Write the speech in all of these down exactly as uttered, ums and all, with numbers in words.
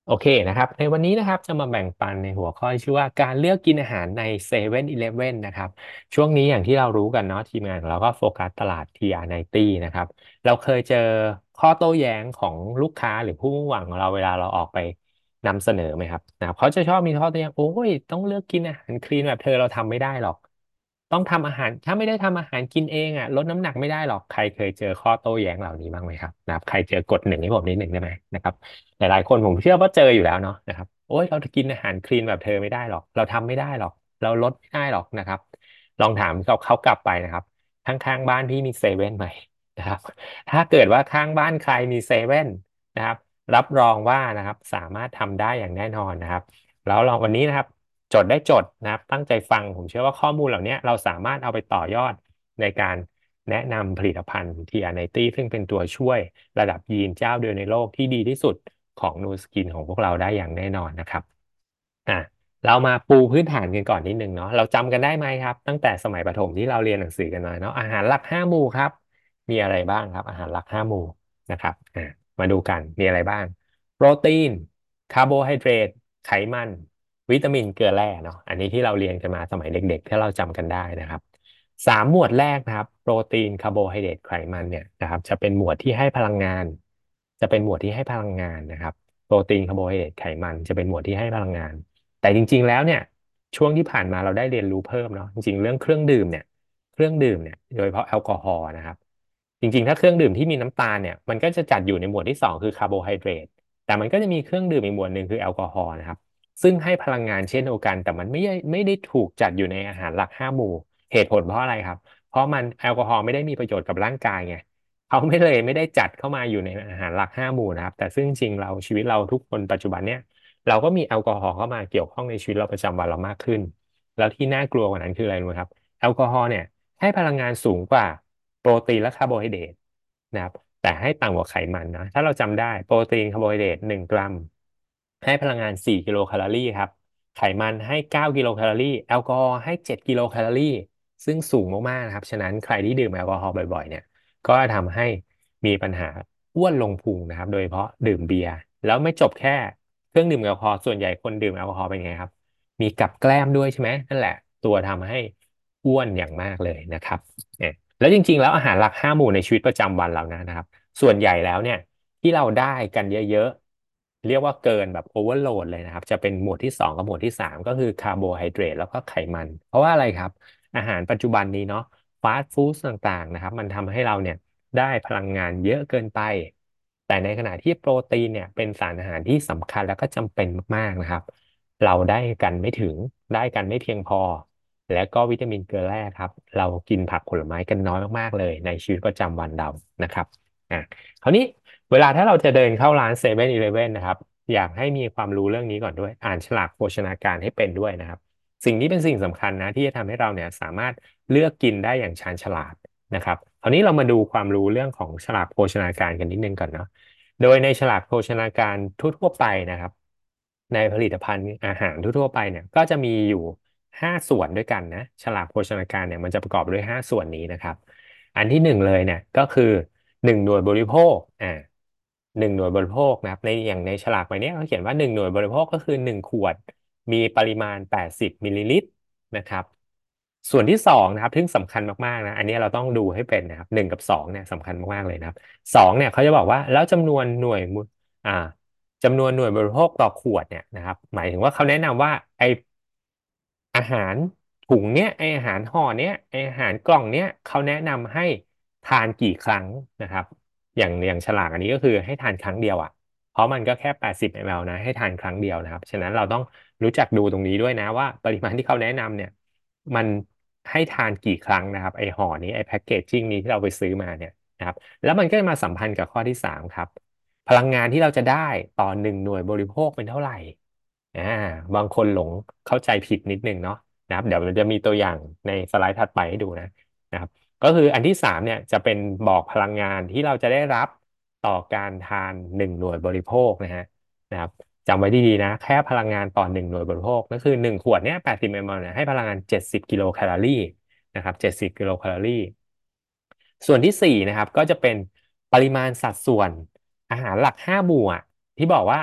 โอเคนะครับในวันนี้นะครับจะมาแบ่งปันในหัวข้อที่ชื่อว่าการเลือกกินอาหารในเซเว่นอีเลฟเว่นนะครับช่วงนี้อย่างที่เรารู้กันเนาะทีมงานของเราก็โฟกัสตลาด ที อาร์ ไนน์ตี้ นะครับเราเคยเจอข้อโต้แย้งของลูกค้าหรือผู้มุ่งหวังของเราเวลาเราออกไปนำเสนอไหมครับนะครับเขาจะชอบมีข้อโต้แย้งโอ้ยต้องเลือกกินอาหารคลีนแบบเธอเราทำไม่ได้หรอกต้องทำอาหารถ้าไม่ได้ทำอาหารกินเองอ่ะลดน้ำหนักไม่ได้หรอกใครเคยเจอข้อโต้แย้งเหล่านี้บ้างไหมครับนะครับใครเจอกดหนึ่งให้ผมนิดหนึ่งได้ไหมนะครับ หลายๆคนผมเชื่อว่าเจออยู่แล้วเนาะนะครับโอ้ยเราจะกินอาหารคลีนแบบเธอไม่ได้หรอกเราทำไม่ได้หรอกเราลดไม่ได้หรอกนะครับลองถามเขาเขากลับไปนะครับข้างๆบ้านพี่มีเซเว่นไหมนะครับถ้าเกิดว่าข้างบ้านใครมีเซเว่นนะครับรับรองว่านะครับสามารถทำได้อย่างแน่นอนนะครับแล้วลองวันนี้นะครับจดได้จดนะครับตั้งใจฟังผมเชื่อว่าข้อมูลเหล่านี้เราสามารถเอาไปต่อยอดในการแนะนำผลิตภัณฑ์ทีอาร์ไนตี้ซึ่งเป็นตัวช่วย ระดับยีนเจ้าเดียวในโลกที่ดีที่สุดของนูสกินของพวกเราได้อย่างแน่นอนนะครับอ่ะเรามาปูพื้นฐานกันก่อนนิดนึงเนาะเราจำกันได้ไหมครับตั้งแต่สมัยประถมที่เราเรียนหนังสือกันมาเนาะอาหารหลักห้าหมู่ครับมีอะไรบ้างครับอาหารหลักห้าหมู่นะครับอ่ะมาดูกันมีอะไรบ้างโปรตีนคาร์โบไฮเดรตไขมันวิตามินเกลือแร่เนาะอันนี้ที่เราเรียนกันมาสมัยเด็กๆถ้าเราจำกันได้นะครับ สามหมวดแรกนะครับโปรตีนคาร์โบไฮเดรตไขมันเนี่ยนะครับจะเป็นหมวดที่ให้พลังงานจะเป็นหมวดที่ให้พลังงานนะครับโปรตีนคาร์โบไฮเดรตไขมันจะเป็นหมวดที่ให้พลังงานแต่จริงๆแล้วเนี่ยช่วงที่ผ่านมาเราได้เรียนรู้เพิ่มเนาะจริงๆเรื่องเครื่องดื่มเนี่ยเครื่องดื่มเนี่ยโดยเฉพาะแอลกอฮอล์นะครับจริงๆถ้าเครื่องดื่มที่มีน้ำตาลเนี่ยมันก็จะจัดอยู่ในหมวดที่สองคือคาร์โบไฮเดรตแต่มันก็จะมีเครื่องดื่มอีกหมวดหนึ่งคือแอลกอฮอล์นะครับซึ่งให้พลังงานเช่นเดียวกันแต่มันไม่ได้ไม่ได้ถูกจัดอยู่ในอาหารหลักห้าหมู่เหตุผลเพราะอะไรครับ เพราะมันแอลกอฮอล์ไม่ได้มีประโยชน์กับร่างกายไงเขาไม่เลยไม่ได้จัดเข้ามาอยู่ในอาหารหลักห้าหมู่นะครับแต่ซึ่งจริงเราชีวิตเราทุกคนปัจจุบันเนี่ยเราก็มีแอลกอฮอล์เข้ามาเกี่ยวข้องในชีวิตเราประจำวันเรามากขึ้นแล้วที่น่ากลัวกว่านั้นคืออะไรรู้ไหมครับแอลกอฮอล์เนี่ยให้พลังงานสูงกว่าโปรตีนและคาร์โบไฮเดรตนะครับแต่ให้ต่ำกว่าไขมันนะถ้าเราจำได้โปรตีนคาร์โบไฮเดรตหนึ่งกรัมให้พลังงานสี่กิโลแคลอรี่ครับไขมันให้เก้ากิโลแคลอรี่แอลกอฮอล์ให้เจ็ดกิโลแคลอรี่ ซึ่งสูงมากๆนะครับฉะนั้นใครที่ดื่มแอลกอฮอล์บ่อยๆเนี่ยก็ทำให้มีปัญหาอ้วนลงพุงนะครับโดยเฉพาะดื่มเบียร์แล้วไม่จบแค่เครื่องดื่มแอลกอฮอล์ส่วนใหญ่คนดื่มแอลกอฮอล์เป็นไงครับมีกับแกล้มด้วยใช่ไหมนั่นแหละตัวทำให้อ้วนอย่างมากเลยนะครับเนี่ยแล้วจริงๆแล้วอาหารหลักห้าหมู่ในชีวิตประจำวันเรานะนะครับส่วนใหญ่แล้วเนี่ยที่เราได้กันเยอะๆเรียกว่าเกินแบบโอเวอร์โหลดเลยนะครับจะเป็นหมวดที่สองกับหมวดที่สามก็คือคาร์โบไฮเดรตแล้วก็ไขมันเพราะว่าอะไรครับ อาหารปัจจุบันนี้เนาะฟาสต์ฟู้ดต่างๆนะครับมันทำให้เราเนี่ยได้พลังงานเยอะเกินไปแต่ในขณะที่โปรตีนเนี่ยเป็นสารอาหารที่สำคัญแล้วก็จำเป็นมากๆนะครับเราได้กันไม่ถึงได้กันไม่เพียงพอและก็วิตามินเกลือแร่ครับเรากินผักผลไม้กันน้อยมากๆเลยในชีวิตประจำวันเรานะครับอ่ะคราวนี้เวลาถ้าเราจะเดินเข้าร้านเซเว่นอีเลฟเว่นนะครับอยากให้มีความรู้เรื่องนี้ก่อนด้วยอ่านฉลากโภชนาการให้เป็นด้วยนะครับ สิ่งนี้เป็นสิ่งสำคัญนะที่จะทำให้เราเนี่ยสามารถเลือกกินได้อย่างชาญฉลาดนะครับคราวนี้เรามาดูความรู้เรื่องของฉลากโภชนาการกันนิดนึงก่อนเนาะโดยในฉลากโภชนาการทั่วๆไปนะครับในผลิตภัณฑ์อาหารทั่วๆไปเนี่ยก็จะมีอยู่ห้าส่วนด้วยกันนะฉลากโภชนาการเนี่ยมันจะประกอบด้วยห้าส่วนนี้นะครับอันที่หนึ่งเลยเนี่ยก็คือหนึ่งหน่วยบริโภคอ่าหนึ่งหน่วยบริโภคนะครับในอย่างในฉลากใบเนี้ยเขาเขียนว่าหนึ่งหน่วยบริโภคก็คือหนึ่งขวด มีปริมาณแปดสิบมิลลิลิตรนะครับส่วนที่สองนะครับซึ่งสำคัญมากๆนะอันนี้เราต้องดูให้เป็นนะครับหนึ่งกับสองเนี่ยสำคัญมากๆเลยนะครับสองเนี่ยเขาจะบอกว่าแล้วจำนวนหน่วยมุอ่าจำนวนหน่วยบริโภคต่อขวดเนี่ยนะครับหมายถึงว่าเขาแนะนำว่าไออาหารถุงเนี้ยไออาหารห่อเนี้ยไออาหารกล่องเนี้ยเขาแนะนำให้ทานกี่ครั้งนะครับอย่างอย่างฉลากอันนี้ก็คือให้ทานครั้งเดียวอ่ะ เพราะมันก็แค่แปดสิบ มล นะให้ทานครั้งเดียวนะครับฉะนั้นเราต้องรู้จักดูตรงนี้ด้วยนะว่าปริมาณที่เขาแนะนำเนี่ยมันให้ทานกี่ครั้งนะครับไอห่อนี้ไอแพ็กเกจจิ้งนี้ที่เราไปซื้อมาเนี่ยนะครับแล้วมันก็จะมาสัมพันธ์กับข้อที่สามครับพลังงานที่เราจะได้ต่อหนึ่งหน่วยบริโภคเป็นเท่าไหร่อ่าบางคนหลงเข้าใจผิดนิดนึงเนาะนะครับเดี๋ยวมันจะมีตัวอย่างในสไลด์ถัดไปให้ดูนะนะครับก็คืออันที่สามเนี่ยจะเป็นบอกพลังงานที่เราจะได้รับ ต่อการทานหนึ่งหน่วยบริโภคนะฮะนะครับจำไว้ดีๆนะแค่พลังงานต่อหนึ่งหน่วยบริโภคก็คือหนึ่งขวดเนี้ยแปดสิบมลเนี่ยให้พลังงานเจ็ดสิบกิโลแคลอรี่นะครับเจ็ดสิบกิโลแคลอรี่ส่วนที่สี่นะครับก็จะเป็นปริมาณสัดส่วนอาหารหลักห้าหมู่อะที่บอกว่าเธ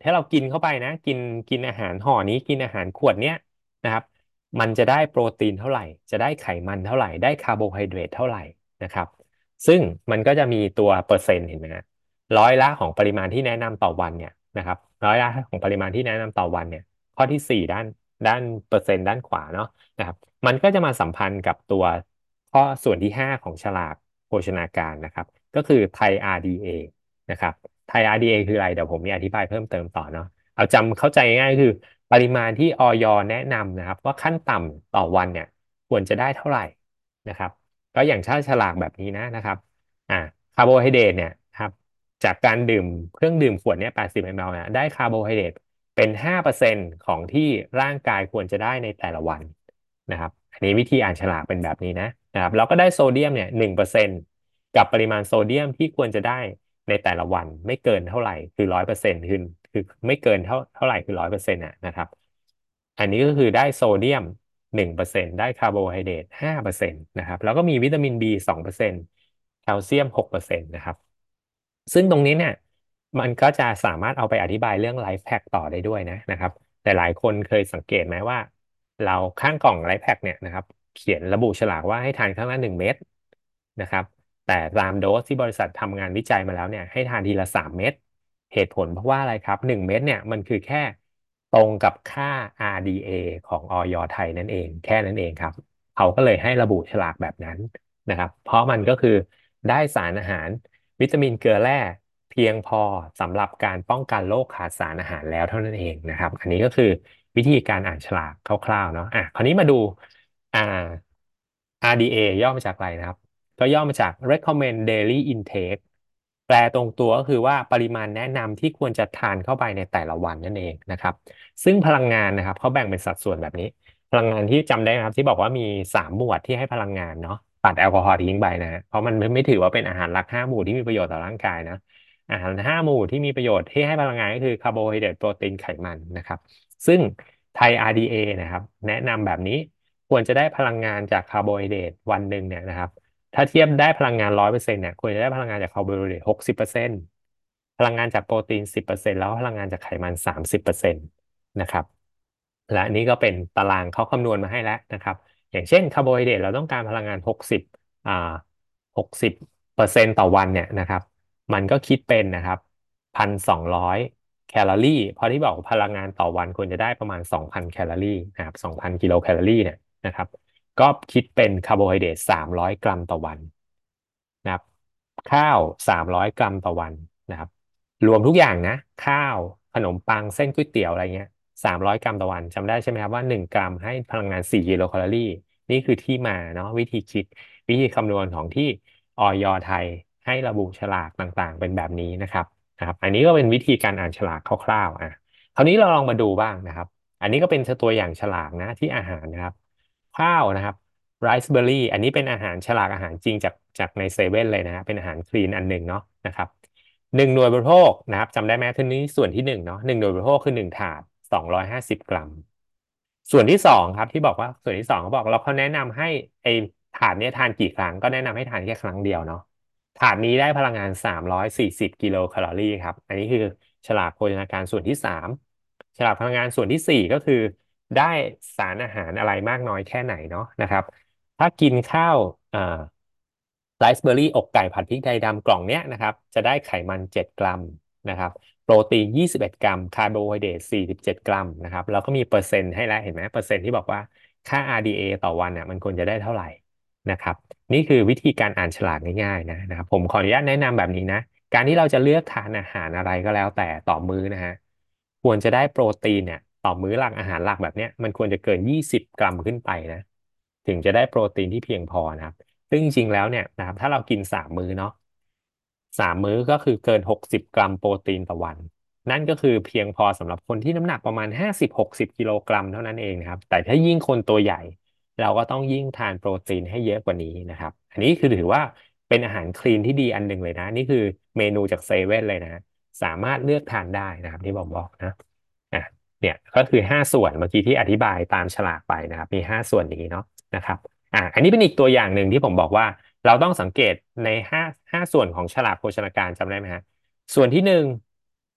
ถ้าเรากินเข้าไปนะกินกินอาหารห่อนี้กินอาหารขวดเนี้ยนะครับมันจะได้โปรตีนเท่าไหร่จะได้ไขมันเท่าไหร่ได้คาร์โบไฮเดรตเท่าไหร่นะครับซึ่งมันก็จะมีตัวเปอร์เซ็นต์เห็นไหมฮะร้อยละของปริมาณที่แนะนำต่อวันเนี่ยนะครับร้อยละของปริมาณที่แนะนำต่อวันเนี่ยข้อที่สี่ด้านด้านเปอร์เซ็นต์ด้านขวาเนาะนะครับมันก็จะมาสัมพันธ์กับตัวข้อส่วนที่ห้าของฉลากโภชนาการนะครับก็คือไทย อาร์ ดี เอ นะครับไทย อาร์ ดี เอ คืออะไรเดี๋ยวผมมีอธิบายเพิ่มเติมต่อเนาะเอาจำเข้าใจง่ายๆคือปริมาณที่อย แนะนำนะครับว่าขั้นต่ำต่อวันเนี่ยควรจะได้เท่าไหร่นะครับก็อย่างถ้าฉลากแบบนี้นะนะครับอ่าคาร์โบไฮเดรตเนี่ยครับจากการดื่มเครื่องดื่มขวดเนี้ยแปดสิบ มิลลิลิตร เนี่ยได้คาร์โบไฮเดรตเป็นห้าเปอร์เซ็นต์ของที่ร่างกายควรจะได้ในแต่ละวันนะครับอันนี้วิธีอ่านฉลากเป็นแบบนี้นะนะครับแล้วก็ได้โซเดียมเนี่ยหนึ่งเปอร์เซ็นต์กับปริมาณโซเดียมที่ควรจะได้ในแต่ละวันไม่เกินเท่าไหร่คือร้อยเปอร์เซ็นต์คือคือไม่เกินเท่าเท่าไหร่คือร้อยเปอร์เซ็นต์นะครับอันนี้ก็คือได้โซเดียมหนึ่งเปอร์เซ็นต์ได้คาร์โบไฮเดรตห้าเปอร์เซ็นต์นะครับแล้วก็มีวิตามิน บี สองเปอร์เซ็นต์แคลเซียมหกเปอร์เซ็นต์นะครับซึ่งตรงนี้เนี่ยมันก็จะสามารถเอาไปอธิบายเรื่องไลฟ์แพ็กต่อได้ด้วยนะนะครับแต่หลายคนเคยสังเกตไหมว่าเราข้างกล่องไลฟ์แพ็กเนี่ยนะครับเขียนระบุฉลากว่าให้ทานครั้งละหนึ่งเม็ดนะครับ แต่ตามโดสที่บริษัททำงานวิจัยมาแล้วเนี่ยให้ทานทีละสามเม็ดเหตุผลเพราะว่าอะไรครับหนึ่งเม็ดเนี่ยมันคือแค่ตรงกับค่า อาร์ ดี เอ ของอย ไทยนั่นเองแค่นั้นเองครับเขาก็เลยให้ระบุฉลากแบบนั้นนะครับเพราะมันก็คือได้สารอาหารวิตามินเกลือแร่เพียงพอสำหรับการป้องกันโรคขาดสารอาหารแล้วเท่านั้นเองนะครับอันนี้ก็คือวิธีการอ่านฉลากคร่าวๆเนาะอ่ะคราวนี้มาดูอ่า อาร์ ดี เอ ย่อมาจากอะไรนะครับ ก็ย่อมาจาก recommend daily intake แปลตรงตัวก็คือว่าปริมาณแนะนำที่ควรจะทานเข้าไปในแต่ละวันนั่นเองนะครับซึ่งพลังงานนะครับเขาแบ่งเป็นสัดส่วนแบบนี้พลังงานที่จำได้นะครับที่บอกว่ามีสามหมวดที่ให้พลังงานเนาะตัดแอลกอฮอล์ทิ้งไปนะฮะเพราะมันไม่ไม่ถือว่าเป็นอาหารหลักห้าหมู่ที่มีประโยชน์ต่อร่างกายนะอาหารห้าหมู่ที่มีประโยชน์ที่ให้พลังงานก็คือคาร์โบไฮเดรตโปรตีนไขมันนะครับซึ่งไทย อาร์ ดี เอ นะครับแนะนำแบบนี้ควรจะได้พลังงานจากคาร์โบไฮเดรตวันหนึ่งเนี่ยนะครับ ถ้าเทียบได้พลังงานร้อยเปอร์เซ็นต์เนี่ยควรจะได้พลังงานจากคาร์โบไฮเดรตหกสิบเปอร์เซ็นต์พลังงานจากโปรตีนสิบเปอร์เซ็นต์แล้วพลังงานจากไขมันสามสิบเปอร์เซ็นต์นะครับและอันนี้ก็เป็นตารางเขาคำนวณมาให้แล้วนะครับอย่างเช่นคาร์โบไฮเดรตเราต้องการพลังงานหกสิบอ่าหกสิบเปอร์เซ็นต์ต่อวันเนี่ยนะครับมันก็คิดเป็นนะครับพันสองร้อยแคลอรี่เพราะที่บอกพลังงานต่อวันควรจะได้ประมาณสองพันแคลอรี่นะครับสองพันกิโลแคลอรี่เนี่ยนะครับก็คิดเป็นคาร์โบไฮเดรตสามร้อยกรัมต่อวัน นะครับข้าวสามร้อยกรัมต่อวันนะครับรวมทุกอย่างนะข้าวขนมปังเส้นก๋วยเตี๋ยวอะไรเงี้ยสามร้อยกรัมต่อวันจำได้ใช่ไหมครับว่าหนึ่งกรัมให้พลังงานสี่กิโลแคลอรี่นี่คือที่มาเนาะวิธีคิดวิธีคำนวณของที่อยไทยให้ระบุฉลากต่างๆเป็นแบบนี้นะครับนะครับอันนี้ก็เป็นวิธีการอ่านฉลากคร่าวๆอ่ะคราวนี้เราลองมาดูบ้างนะครับอันนี้ก็เป็นตัวอย่างฉลากนะที่อาหารนะครับข้าวนะครับ ไรซ์เบอร์รี่อันนี้เป็นอาหารฉลากอาหารจริงจากจากในเซเว่นเลยนะฮะเป็นอาหารคลีนอันหนึ่งเนาะนะครับหนึ่งหน่วยบริโภคนะครับจำได้ไหมทีนี้ส่วนที่หนึ่งเนาะหนึ่งหน่วยบริโภคคือหนึ่งถาดสองร้อยห้าสิบกรัมส่วนที่สองครับที่บอกว่าส่วนที่สองเขาบอกเราเขาแนะนำให้ไอ้ถาดเนี้ยทานกี่ครั้งก็แนะนำให้ทานแค่ครั้งเดียวเนาะถาดนี้ได้พลังงานสามร้อยสี่สิบกิโลแคลอรี่ครับอันนี้คือฉลากโภชนาการส่วนที่สามฉลากพลังงานส่วนที่สี่ก็คือได้สารอาหารอะไรมากน้อยแค่ไหนเนาะนะครับ ถ้ากินข้าวอ่าไรซ์เบอร์รี่อกไก่ผัดพริกไทยดำกล่องเนี้ยนะครับจะได้ไขมันเจ็ดกรัมนะครับโปรตีนยี่สิบเอ็ดกรัมคาร์โบไฮเดรตสี่สิบเจ็ดกรัมนะครับแล้วก็มีเปอร์เซ็นต์ให้แล้วเห็นไหมเปอร์เซ็นต์ที่บอกว่าค่า อาร์ ดี เอ ต่อวันน่ะมันควรจะได้เท่าไหร่นะครับนี่คือวิธีการอ่านฉลากง่ายๆนะนะครับผมขออนุญาตแนะนำแบบนี้นะการที่เราจะเลือกทานอาหารอะไรก็แล้วแต่ต่อมื้อนะฮะควรจะได้โปรตีนเนี่ยต่อมื้อหลักอาหารหลักแบบเนี้ยมันควรจะเกินยี่สิบกรัมขึ้นไปนะ ถึงจะได้โปรตีนที่เพียงพอนะครับซึ่งจริงๆแล้วเนี่ยนะครับถ้าเรากินสามมื้อเนาะสามมื้อก็คือเกินหกสิบกรัมโปรตีนต่อวันนั่นก็คือเพียงพอสำหรับคนที่น้ำหนักประมาณห้าสิบหกสิบกิโลกรัมเท่านั้นเองนะครับแต่ถ้ายิ่งคนตัวใหญ่เราก็ต้องยิ่งทานโปรตีนให้เยอะกว่านี้นะครับอันนี้คือถือว่าเป็นอาหารคลีนที่ดีอันหนึ่งเลยนะนี่คือเมนูจากเซเว่นเลยนะสามารถเลือกทานได้นะครับที่ผมบอกนะอ่ะเนี่ยก็คือห้าส่วนเมื่อกี้ที่อธิบายตามฉลากไปนะครับมีห้าส่วนนี้เนาะ นะครับอ่าอันนี้เป็นอีกตัวอย่างหนึ่งที่ผมบอกว่าเราต้องสังเกตในห้าห้าส่วนของฉลากโภชนาการจำได้ไหมฮะส่วนที่หนึ่ง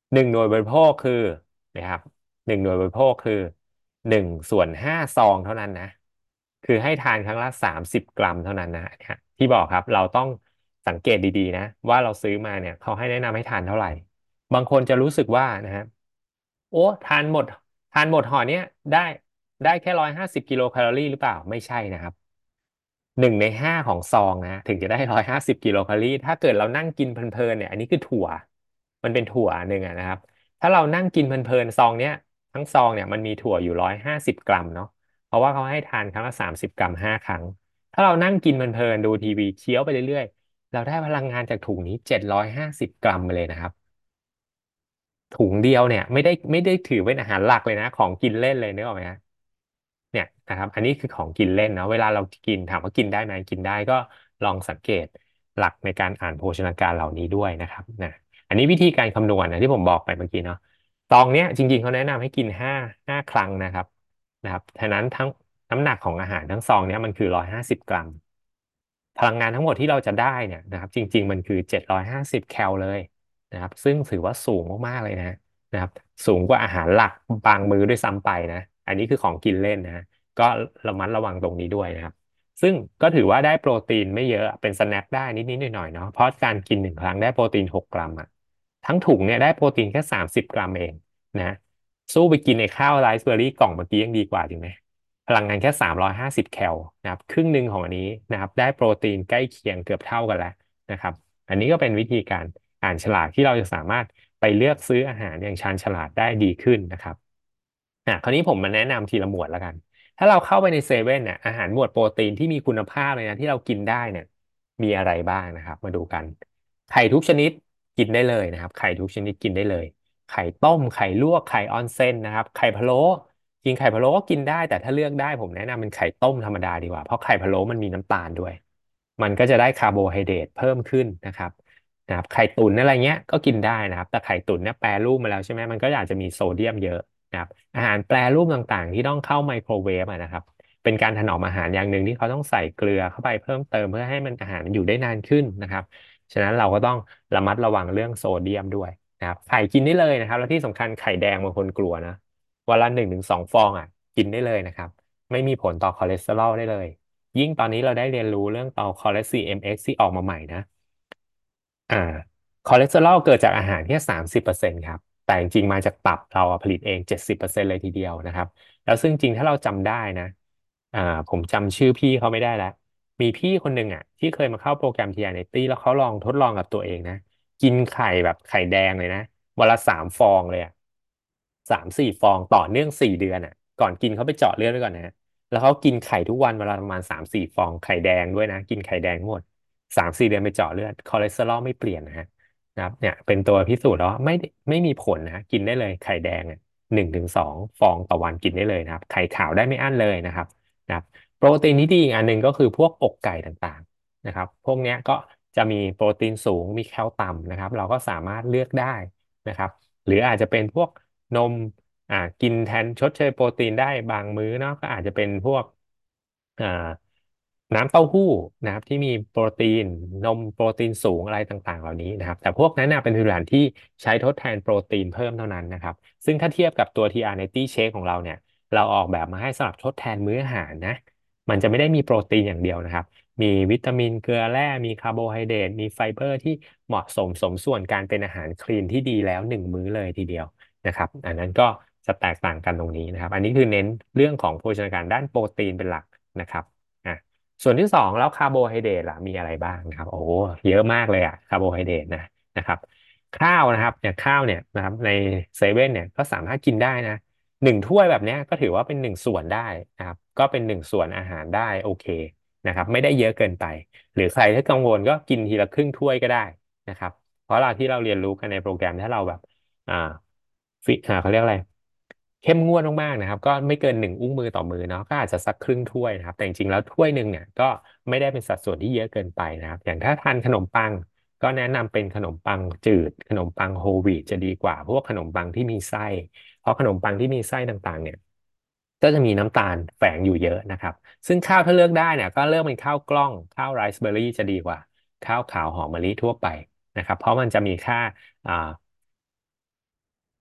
หนึ่งหน่วยบริโภคคือนะครับหนึ่งหน่วยบริโภคคือหนึ่งส่วนห้าซองเท่านั้นนะคือให้ทานครั้งละสามสิบกรัมเท่านั้นนะเนี่ยที่บอกครับเราต้องสังเกตดีๆนะว่าเราซื้อมาเนี่ยเขาให้แนะนำให้ทานเท่าไหร่บางคนจะรู้สึกว่านะฮะโอ้ทานหมดทานหมดห่อเนี้ยได้ได้แค่ร้อยห้าสิบกิโลแคลอรี่หรือเปล่าไม่ใช่นะครับ หนึ่งในห้าของซองนะถึงจะได้ร้อยห้าสิบกิโลแคลอรี่ถ้าเกิดเรานั่งกินเพลินๆเนี่ยอันนี้คือถั่วมันเป็นถั่วหนึ่งอะนะครับถ้าเรานั่งกินเพลินๆซองเนี้ยทั้งซองเนี่ยมันมีถั่วอยู่ร้อยห้าสิบกรัมเนาะเพราะว่าเขาให้ทานครั้งละสามสิบกรัมห้าครั้งถ้าเรานั่งกินเพลินๆดูทีวีเคี้ยวไปเรื่อยๆเราได้พลังงานจากถุงนี้เจ็ดร้อยห้าสิบกรัมไปเลยนะครับ ถุงเดียวเนี่ยไม่ได้ไม่ได้ถือเป็นอาหารหลักเลยนะของกินเล่นเลยนึกออกไหมฮะเนี่ยนะครับอันนี้คือของกินเล่นเนาะเวลาเรากินถามว่ากินได้ไหมกินได้ก็ลองสังเกตหลักในการอ่านโภชนาการเหล่านี้ด้วยนะครับนะอันนี้วิธีการคำนวณนะที่ผมบอกไปเมื่อกี้เนาะซองเนี้ยจริงๆเขาแนะนำให้กินห้าห้าครั้งนะครับนะครับฉะนั้นทั้งน้ำหนักของอาหารทั้งซองเนี้ยมันคือร้อยห้าสิบกรัม พลังงานทั้งหมดที่เราจะได้เนี่ยนะครับจริงๆมันคือเจ็ดร้อยห้าสิบแคลเลยนะครับซึ่งถือว่าสูงมากๆเลยนะนะครับสูงกว่าอาหารหลักบางมื้อด้วยซ้ำไปนะอันนี้คือของกินเล่นนะก็ระมัดระวังตรงนี้ด้วยนะครับซึ่งก็ถือว่าได้โปรตีนไม่เยอะเป็นสแน็คได้นิดๆหน่อยๆเนาะเพราะการกินหนึ่งครั้งได้โปรตีนหกกรัมอ่ะทั้งถุงเนี่ยได้โปรตีนแค่สามสิบกรัมเองนะสู้ไปกินในข้าวไรซ์เบอร์รี่กล่องเมื่อกี้ยังดีกว่าจริงไหม พลังงานแค่สามร้อยห้าสิบแคลนะครับครึ่งหนึ่งของอันนี้นะครับได้โปรตีนใกล้เคียงเกือบเท่ากันแล้วนะครับอันนี้ก็เป็นวิธีการอ่านฉลากที่เราจะสามารถไปเลือกซื้ออาหารอย่างชาญฉลาดได้ดีขึ้นนะครับอ่ะคราวนี้ผมมาแนะนำทีละหมวดแล้วกันถ้าเราเข้าไปในเซเว่นเนี่ยอาหารหมวดโปรตีนที่มีคุณภาพเลยนะที่เรากินได้เนี่ยมีอะไรบ้างนะครับมาดูกันไข่ทุกชนิดกินได้เลยนะครับไข่ทุกชนิดกินได้เลยไข่ต้มไข่ลวกไข่ออนเซ็นนะครับไข่พะโล้ จริงไข่พะโล้ก็กินได้แต่ถ้าเลือกได้ผมแนะนำเป็นไข่ต้มธรรมดาดีกว่าเพราะไข่พะโล้มันมีน้ำตาลด้วยมันก็จะได้คาร์โบไฮเดรตเพิ่มขึ้นนะครับนะครับไข่ตุ๋นอะไรเงี้ยก็กินได้นะครับแต่ไข่ตุ๋นเนี่ยแปรรูปมาแล้วใช่ไหมมันก็อาจจะมีโซเดียมเยอะนะครับอาหารแปรรูปต่างๆที่ต้องเข้าไมโครเวฟอะนะครับเป็นการถนอมอาหารอย่างหนึ่งที่เขาต้องใส่เกลือเข้าไปเพิ่มเติมเพื่อให้มันอาหารมันอยู่ได้นานขึ้นนะครับฉะนั้นเราก็ต้องระมัดระวังเรื่องโซเดียมด้วยนะครับไข่กินได้เลยนะครับแล้วที่สำคัญไข่แดงบางคนกลัวนะ วันละหนึ่งถึงสองฟองอ่ะกินได้เลยนะครับไม่มีผลต่อคอเลสเตอรอลได้เลยยิ่งตอนนี้เราได้เรียนรู้เรื่องต่อคอเลสเตอรอล เอ็ม เอ็กซ์ ที่ออกมาใหม่นะอ่าคอเลสเตอรอลเกิดจากอาหารแค่สามสิบเปอร์เซ็นต์ครับแต่จริงๆมาจากตับเราอะผลิตเองเจ็ดสิบเปอร์เซ็นต์เลยทีเดียวนะครับแล้วซึ่งจริงถ้าเราจำได้นะอ่าผมจำชื่อพี่เขาไม่ได้แล้วมีพี่คนหนึ่งอ่ะที่เคยมาเข้าโปรแกรม ที อาร์ เอ็น ตี้แล้วเขาลองทดลองกับตัวเองนะกินไข่แบบไข่แดงเลยนะวันละสามฟองเลยอะ สามสี่ฟองต่อเนื่องสี่เดือนอ่ะก่อนกินเขาไปเจาะเลือดไว้ก่อนนะฮะแล้วเขากินไข่ทุกวันเวลาประมาณสามสี่ฟองไข่แดงด้วยนะกินไข่แดงทั้งหมดสามสี่เดือนไปเจาะเลือดคอเลสเตอรอลไม่เปลี่ยนนะฮะนะครับเนี่ยเป็นตัวพิสูจน์แล้วว่าไม่ได้ไม่มีผลนะฮะกินได้เลยไข่แดงอ่ะหนึ่งถึงสองฟองต่อวันกินได้เลยนะครับไข่ขาวได้ไม่อั้นเลยนะครับนะครับโปรตีนที่ดีอีกอันหนึ่งก็คือพวกอกไก่ต่างๆนะครับพวกเนี้ยก็จะมีโปรตีนสูงมีแคลต่ำนะครับเราก็สามารถเลือกได้นะครับหรืออาจจะเป็นพวกนม อ่ากินแทนชดเชยโปรตีนได้บางมื้อเนาะก็อาจจะเป็นพวกอ่าน้ำเต้าหู้นะครับที่มีโปรตีนนมโปรตีนสูงอะไรต่างๆเหล่านี้นะครับแต่พวกนั้นนะเป็นผลิตภัณฑ์ที่ใช้ทดแทนโปรตีนเพิ่มเท่านั้นนะครับซึ่งถ้าเทียบกับตัว ที อาร์ ไนน์ตี้ Shake ของเราเนี่ยเราออกแบบมาให้สำหรับทดแทนมื้ออาหารนะมันจะไม่ได้มีโปรตีนอย่างเดียวนะครับมีวิตามินเกลือแร่มีคาร์โบไฮเดรตมีไฟเบอร์ที่เหมาะสมสมส่วนการเป็นอาหารคลีนที่ดีแล้วหนึ่งมื้อเลยทีเดียว นะครับอันนั้นก็จะแตกต่างกันตรงนี้นะครับอันนี้คือเน้นเรื่องของโภชนาการด้านโปรตีนเป็นหลักนะครับอ่ะส่วนที่สองแล้วคาร์โบไฮเดรตล่ะมีอะไรบ้างนะครับโอ้โหเยอะมากเลยอะคาร์โบไฮเดรตนะนะครับข้าวนะครับเนี่ยข้าวเนี่ยนะครับในเซเว่นเนี่ยก็สามารถกินได้นะหนึ่งถ้วยแบบเนี้ยก็ถือว่าเป็นหนึ่งส่วนได้นะครับก็เป็นหนึ่งส่วนอาหารได้โอเคนะครับไม่ได้เยอะเกินไปหรือใครที่กังวลก็กินทีละครึ่งถ้วยก็ได้นะครับเพราะเราที่เราเรียนรู้กันในโปรแกรมถ้าเราแบบอ่า ฟิอ่าเขาเรียกอะไรเข้มงวดมากๆนะครับก็ไม่เกินหนึ่งอุ้งมือต่อมือเนาะก็อาจจะสักครึ่งถ้วยนะครับแต่จริงๆแล้วถ้วยหนึ่งเนี่ยก็ไม่ได้เป็นสัดส่วนที่เยอะเกินไปนะครับอย่างถ้าทานขนมปังก็แนะนำเป็นขนมปังจืดขนมปังโฮลวีตจะดีกว่าพวกขนมปังที่มีไส้เพราะขนมปังที่มีไส้ต่างๆเนี่ยก็จะมีน้ำตาลแฝงอยู่เยอะนะครับซึ่งข้าวถ้าเลือกได้เนี่ยก็เลือกเป็นข้าวกล้องข้าวไรซ์เบอร์รี่จะดีกว่าข้าวขาวหอมมะลิทั่วไปนะครับเพราะมันจะมีค่าอ่า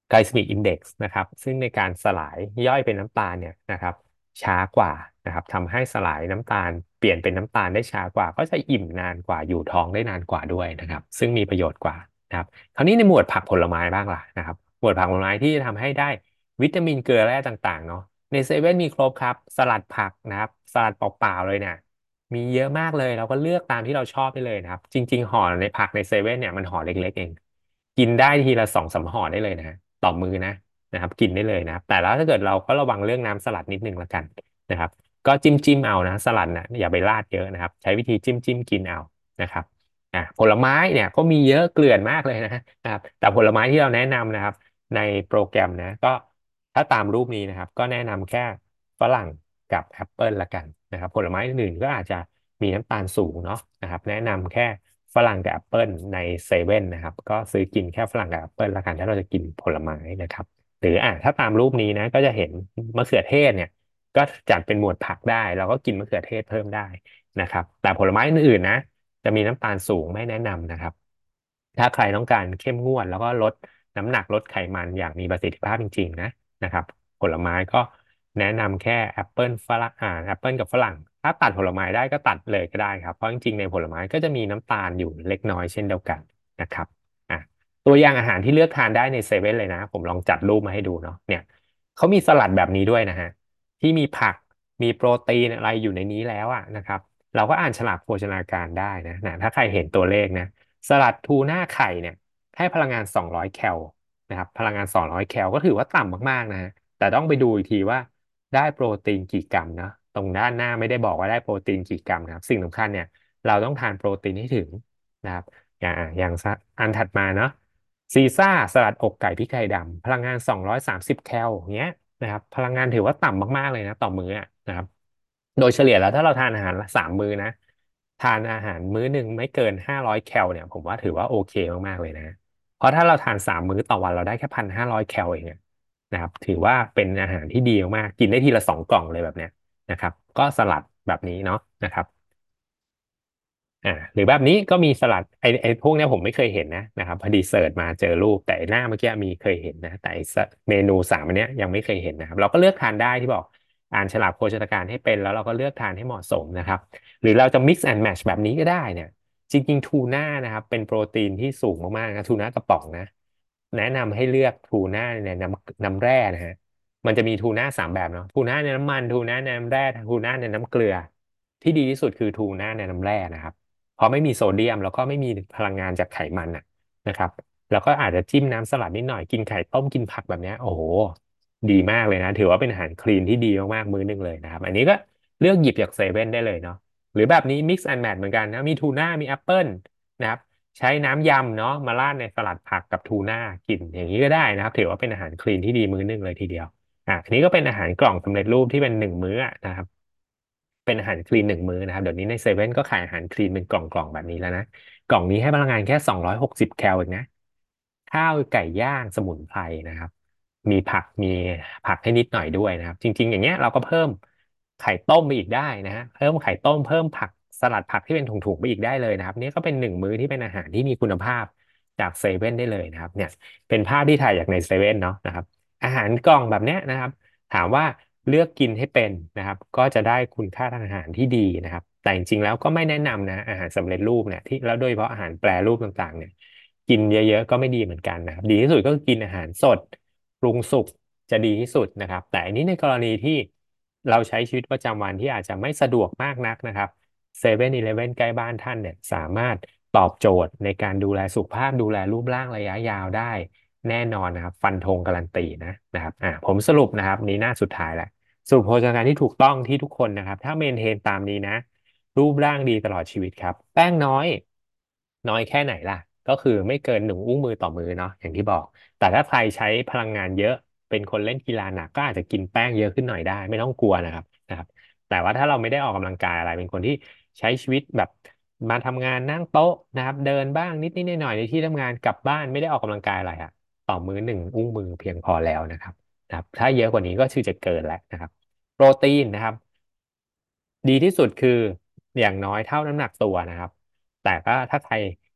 glycemic index นะครับซึ่งในการสลายย่อยเป็นน้ำตาลเนี่ยนะครับช้ากว่านะครับทำให้สลายน้ำตาลเปลี่ยนเป็นน้ำตาลได้ช้ากว่าก็จะอิ่มนานกว่าอยู่ท้องได้นานกว่าด้วยนะครับซึ่งมีประโยชน์กว่านะครับคราวนี้ในหมวดผักผลไม้บ้างล่ะนะครับหมวดผักผลไม้ที่จะทำให้ได้วิตามินเกลือแร่ต่างๆเนาะในเซเว่นมีครบครับสลัดผักนะครับสลัดเปล่าๆเลยเนี่ย มีเยอะมากเลยเราก็เลือกตามที่เราชอบได้เลยนะครับจริงๆห่อในผักในเซเว่นเนี่ยมันห่อเล็กๆเองกินได้ทีละสองสามห่อได้เลยนะฮะต่อมือนะนะครับกินได้เลยนะครับแต่แล้วถ้าเกิดเราก็ระวังเรื่องน้ำสลัดนิดนึงละกันนะครับก็จิ้มจิ้มเอานะสลัดนะอย่าไปราดเยอะนะครับใช้วิธีจิ้มจิ้มกินเอานะครับอ่ะผลไม้เนี่ยก็มีเยอะเกลื่อนมากเลยนะนะครับแต่ผลไม้ที่เราแนะนำนะครับในโปรแกรมนะก็ถ้าตามรูปนี้นะครับก็แนะนำแค่ฝรั่งกับแอปเปิลละกันนะครับผลไม้อื่นๆก็อาจจะ มีน้ำตาลสูงเนาะนะครับแนะนำแค่ฝรั่งกับแอปเปิลในเซเว่นนะครับก็ซื้อกินแค่ฝรั่งกับแอปเปิลละกันถ้าเราจะกินผลไม้นะครับหรืออ่ะถ้าตามรูปนี้นะก็จะเห็นมะเขือเทศเนี่ยก็จัดเป็นหมวดผักได้เราก็กินมะเขือเทศเพิ่มได้นะครับแต่ผลไม้อื่นๆนะจะมีน้ำตาลสูงไม่แนะนำนะครับถ้าใครต้องการเข้มงวดแล้วก็ลดน้ำหนักลดไขมันอย่างมีประสิทธิภาพจริงๆนะนะครับผลไม้ก็ แนะนำแค่แอปเปิลฝรั่งอ่าแอปเปิลกับฝรั่งถ้าตัดผลไม้ได้ก็ตัดเลยก็ได้ครับเพราะจริงๆในผลไม้ก็จะมีน้ำตาลอยู่เล็กน้อยเช่นเดียวกันนะครับอ่ะตัวอย่างอาหารที่เลือกทานได้ในเซเว่นเลยนะผมลองจัดรูปมาให้ดูเนาะเนี่ยเขามีสลัดแบบนี้ด้วยนะฮะที่มีผักมีโปรตีนอะไรอยู่ในนี้แล้วอ่ะนะครับเราก็อ่านฉลากโภชนาการได้นะนะถ้าใครเห็นตัวเลขนะสลัดทูน่าไข่เนี่ยให้พลังงานสองร้อยแคลนะครับพลังงานสองร้อยแคลก็ถือว่าต่ำมากๆนะฮะ แต่ต้องไปดูอีกทีว่าได้โปรตีนกี่กรัมนะตรงด้านหน้าไม่ได้บอกว่าได้โปรตีนกี่กรัมนะครับสิ่งสำคัญเนี่ยเราต้องทานโปรตีนให้ถึงนะครับอย่างอย่างอันถัดมาเนาะซีซ่าสลัดอกไก่พริกไทยดำพลังงานสองร้อยสามสิบแคลอย่างเงี้ยนะครับพลังงานถือว่าต่ำมากๆเลยนะต่อมื้ออะนะครับโดยเฉลี่ยแล้วถ้าเราทานอาหารละสามมื้อนะทานอาหารมื้อหนึ่งไม่เกินห้าร้อยแคลเนี่ยผมว่าถือว่าโอเคมากๆเลยนะเพราะถ้าเราทานสามมื้อต่อวันเราได้แค่พันห้าร้อยแคลเองอะ นะครับถือว่าเป็นอาหารที่ดีมากๆกินได้ทีละสองกล่องเลยแบบเนี้ยนะครับก็สลัดแบบนี้เนาะนะครับ อ่าหรือแบบนี้ก็มีสลัดไอไอพวกเนี้ยผมไม่เคยเห็นนะนะครับพอดีเสิร์ชมาเจอรูปแต่ไอ้หน้าเมื่อกี้มีเคยเห็นนะแต่ไอสเมนูสามอันเนี้ยยังไม่เคยเห็นนะครับเราก็เลือกทานได้ที่บอกอ่านฉลากโภชนาการให้เป็นแล้วเราก็เลือกทานให้เหมาะสมนะครับหรือเราจะ mix and match แบบนี้ก็ได้เนี่ยจริงๆทูน่านะครับเป็นโปรตีนที่สูงมากๆนะทูน่ากระป๋องนะแนะนำให้เลือกทูน่าในน้ำน้ำแร่นะฮะมันจะมีทูน่าสามแบบเนาะทูน่าในน้ำมันทูน่าในน้ำแร่ทูน่าในน้ำเกลือที่ดีที่สุดคือทูน่าในน้ำแร่นะครับ เพราะไม่มีโซเดียมแล้วก็ไม่มีพลังงานจากไขมันน่ะนะครับแล้วก็อาจจะจิ้มน้ำสลัดนิดหน่อยกินไข่ต้มกินผักแบบเนี้ยโอ้โหดีมากเลยนะถือว่าเป็นอาหารคลีนที่ดีมากๆมื้อหนึงเลยนะครับอันนี้ก็เลือกหยิบจากเซเว่นได้เลยเนาะหรือแบบนี้ mix and match เหมือนกันนะมีทูน่ามีแอปเปิลนะครับใช้น้ำยำเนาะมาราดในสลัดผักกับทูน่ากินอย่างนี้ก็ได้นะครับถือว่าเป็นอาหารคลีนที่ดีมื้อหนึงเลยทีเดียวอ่ะอันนี้ก็เป็นอาหารกล่องสำเร็จรูปที่เป็นหนึ่งมื้ออะนะครับ เป็นอาหารคลีนหนึ่งมื้อนะครับเดี๋ยวนี้ในเซเว่นก็ขายอาหารคลีนเป็นกล่องๆแบบนี้แล้วนะกล่องนี้ให้พลังงานแค่สองร้อยหกสิบแคลเองนะข้าวไก่ย่างสมุนไพรนะครับมีผักมีผักให้นิดหน่อยด้วยนะครับจริงๆอย่างเงี้ยเราก็เพิ่มไข่ต้มไปอีกได้นะฮะเพิ่มไข่ต้มเพิ่มผักสลัดผักที่เป็นถุงๆไปอีกได้เลยนะครับนี่ก็เป็นหนึ่งมื้อที่เป็นอาหารที่มีคุณภาพจากเซเว่นได้เลยนะครับเนี่ยเป็นภาพที่ถ่ายจากในเซเว่นเนาะนะครับอาหารกล่องแบบเนี้ยนะครับ ถามว่าเลือกกินให้เป็นนะครับก็จะได้คุณค่าทางอาหารที่ดีนะครับแต่จริงๆแล้วก็ไม่แนะนำนะอาหารสำเร็จรูปเนี่ยที่แล้วโดยเฉพาะอาหารแปรรูปต่างๆเนี่ยกินเยอะๆก็ไม่ดีเหมือนกันนะครับดีที่สุดก็คือกินอาหารสดปรุงสุกจะดีที่สุดนะครับแต่อันนี้ในกรณีที่เราใช้ชีวิตประจำวันที่อาจจะไม่สะดวกมากนักนะครับเซเว่นอีเลฟเว่นใกล้บ้านท่านเนี่ยสามารถตอบโจทย์ในการดูแลสุขภาพดูแลรูปร่างระยะยาวได้ แน่นอนนะครับฟันธงการันตีนะนะครับอ่าผมสรุปนะครับนี้หน้าสุดท้ายแหละสรุปโภชนาการที่ถูกต้องที่ทุกคนนะครับถ้าเมนเทนตามนี้นะรูปร่างดีตลอดชีวิตครับแป้งน้อยน้อยแค่ไหนล่ะก็คือไม่เกินหนึ่งอุ้งมือต่อมือเนาะอย่างที่บอกแต่ถ้าใครใช้พลังงานเยอะเป็นคนเล่นกีฬาหนักก็อาจจะกินแป้งเยอะขึ้นหน่อยได้ไม่ต้องกลัวนะครับนะครับแต่ว่าถ้าเราไม่ได้ออกกำลังกายอะไรเป็นคนที่ใช้ชีวิตแบบมาทำงานนั่งโต๊ะนะครับเดินบ้างนิดนิดหน่อยๆในที่ทำงานกลับบ้านไม่ได้ออกกำลังกายอะไรอะ ต่อมื้อหนึ่งอุ้งมือเพียงพอแล้วนะครับนะครับถ้าเยอะกว่านี้ก็คือจะเกินแล้วนะครับโปรตีนนะครับดีที่สุดคืออย่างน้อยเท่าน้ำหนักตัวนะครับแต่ก็ถ้าใคร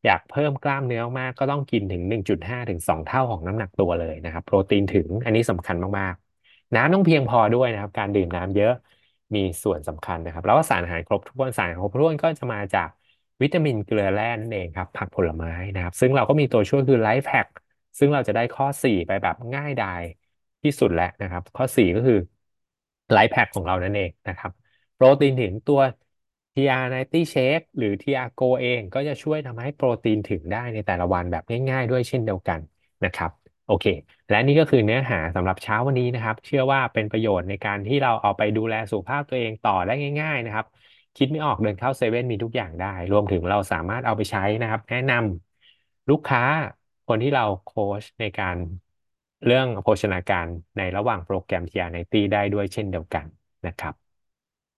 อยากเพิ่มกล้ามเนื้อมากก็ต้องกินถึงหนึ่งจุดห้าถึงสองเท่าของน้ำหนักตัวเลยนะครับโปรตีนถึงอันนี้สำคัญมากๆน้ำต้องเพียงพอด้วยนะครับการดื่มน้ำเยอะมีส่วนสำคัญนะครับแล้วก็สารอาหารครบถ้วนสารอาหารครบถ้วนก็จะมาจากวิตามินเกลือแร่นั่นเองครับผักผลไม้นะครับซึ่งเราก็มีตัวช่วยคือไลฟ์แพ็คซึ่งเราจะได้ข้อสี่ไปแบบง่ายดายที่สุดแล้วนะครับข้อสี่ก็คือไลฟ์แพ็คของเรานั่นเองนะครับ โปรตีนถึงตัว ที อาร์ ไนน์ตี้ Shake หรือ ที อาร์ Go เองก็จะช่วยทำให้โปรตีนถึงได้ในแต่ละวันแบบง่ายๆด้วยเช่นเดียวกันนะครับโอเคและนี่ก็คือเนื้อหาสำหรับเช้าวันนี้นะครับเชื่อว่าเป็นประโยชน์ในการที่เราเอาไปดูแลสุขภาพตัวเองต่อได้ง่ายๆนะครับคิดไม่ออกเดินเข้าเซเว่นมีทุกอย่างได้รวมถึงเราสามารถเอาไปใช้นะครับแนะนำลูกค้าคนที่เราโค้ชในการเรื่องโภชนาการในระหว่างโปรแกรม ที อาร์ ไนน์ตี้ ได้ด้วยเช่นเดียวกันนะครับ